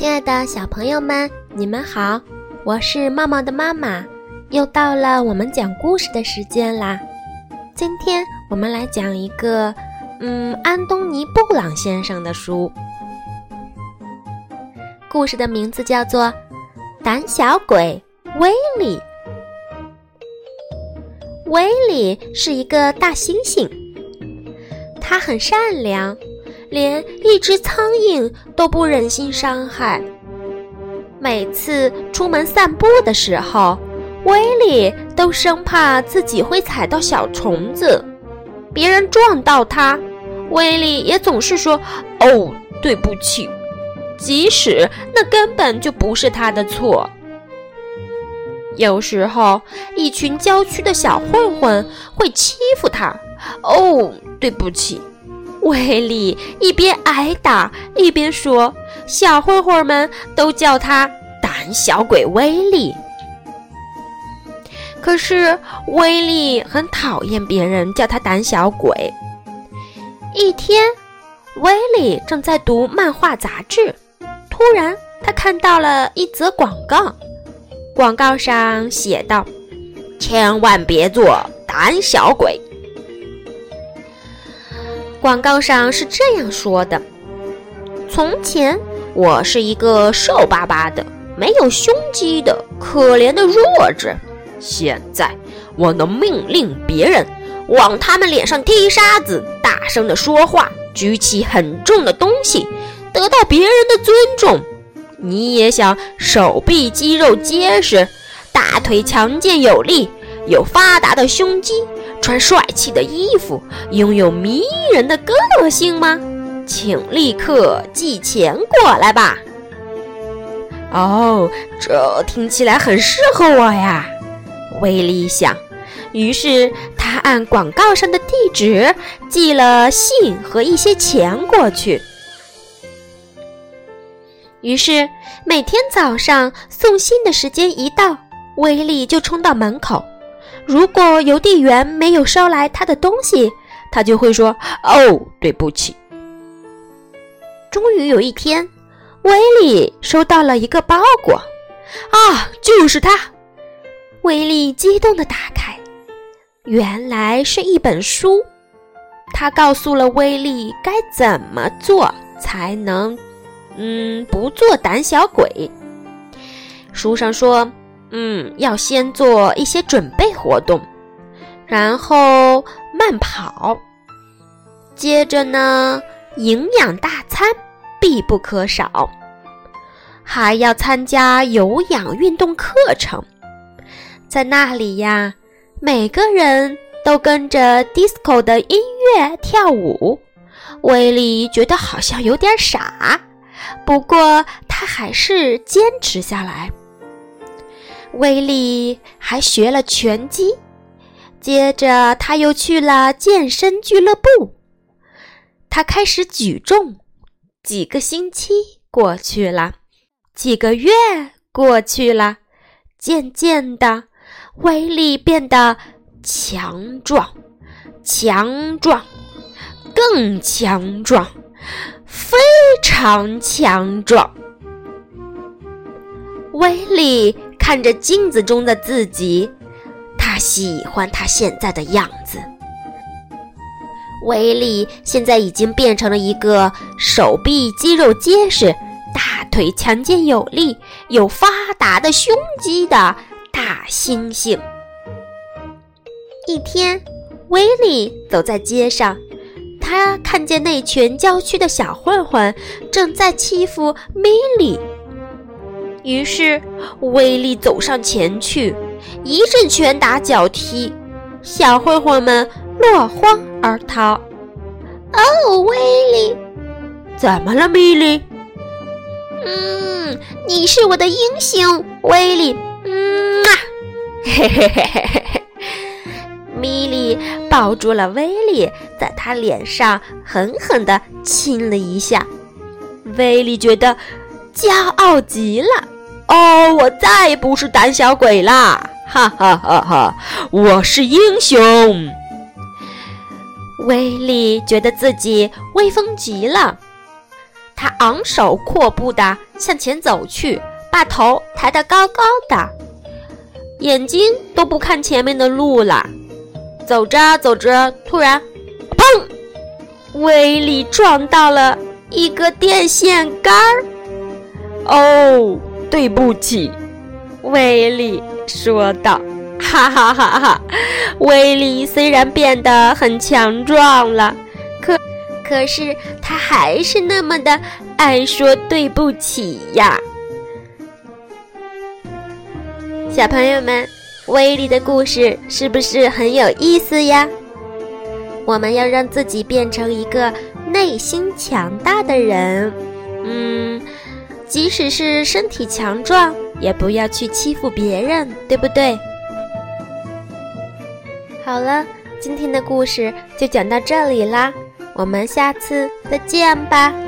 亲爱的小朋友们，你们好，我是茂茂的妈妈，又到了我们讲故事的时间啦。今天我们来讲一个安东尼·布朗先生的书。故事的名字叫做《胆小鬼威利》。威利是一个大猩猩，他很善良，连一只苍蝇都不忍心伤害。每次出门散步的时候，威利都生怕自己会踩到小虫子，别人撞到他，威利也总是说哦，对不起，即使那根本就不是他的错。有时候一群郊区的小混混会欺负他，哦，对不起，威利一边挨打一边说，小混混们都叫他胆小鬼威利。可是威利很讨厌别人叫他胆小鬼。一天，威利正在读漫画杂志，突然他看到了一则广告，广告上写道，千万别做胆小鬼。广告上是这样说的，从前我是一个瘦巴巴的没有胸肌的可怜的弱智，现在我能命令别人往他们脸上踢沙子，大声地说话，举起很重的东西，得到别人的尊重。你也想手臂肌肉结实，大腿强健有力，有发达的胸肌，穿帅气的衣服，拥有迷人的个性吗？请立刻寄钱过来吧。哦，这听起来很适合我呀，威利想。于是他按广告上的地址寄了信和一些钱过去。于是每天早上送信的时间一到，威利就冲到门口。如果邮递员没有捎来他的东西，他就会说，哦，对不起。终于有一天，威利收到了一个包裹。啊，就是它！威利激动地打开，原来是一本书。他告诉了威利该怎么做才能不做胆小鬼。书上说要先做一些准备活动，然后慢跑，接着呢，营养大餐必不可少，还要参加有氧运动课程。在那里呀，每个人都跟着 disco 的音乐跳舞。威利觉得好像有点傻，不过他还是坚持下来。威利还学了拳击，接着他又去了健身俱乐部。他开始举重，几个星期过去了，几个月过去了，渐渐的，威利变得强壮，更强壮，非常强壮。威利看着镜子中的自己，他喜欢他现在的样子。威利现在已经变成了一个手臂肌肉结实，大腿强健有力，有发达的胸肌的大猩猩。一天，威利走在街上，他看见那群郊区的小混混正在欺负米莉。于是威利走上前去，一阵拳打脚踢，小混混们落荒而逃。哦，威利！怎么了，米莉？你是我的英雄，威利。嘿嘿嘿嘿嘿嘿。米莉抱住了威利，在他脸上狠狠地亲了一下。威利觉得骄傲极了。哦，我再也不是胆小鬼啦！哈哈哈哈！我是英雄。威利觉得自己威风极了， 他昂首阔步地向前走去，把头抬得高高的，眼睛都不看前面的路了。走着走着，突然砰，威利撞到了一个电线杆儿。哦，对不起，威利说道。哈哈哈哈！威利虽然变得很强壮了，可是他还是那么的爱说对不起呀。小朋友们，威利的故事是不是很有意思呀？我们要让自己变成一个内心强大的人。即使是身体强壮，也不要去欺负别人，对不对？好了，今天的故事就讲到这里啦，我们下次再见吧。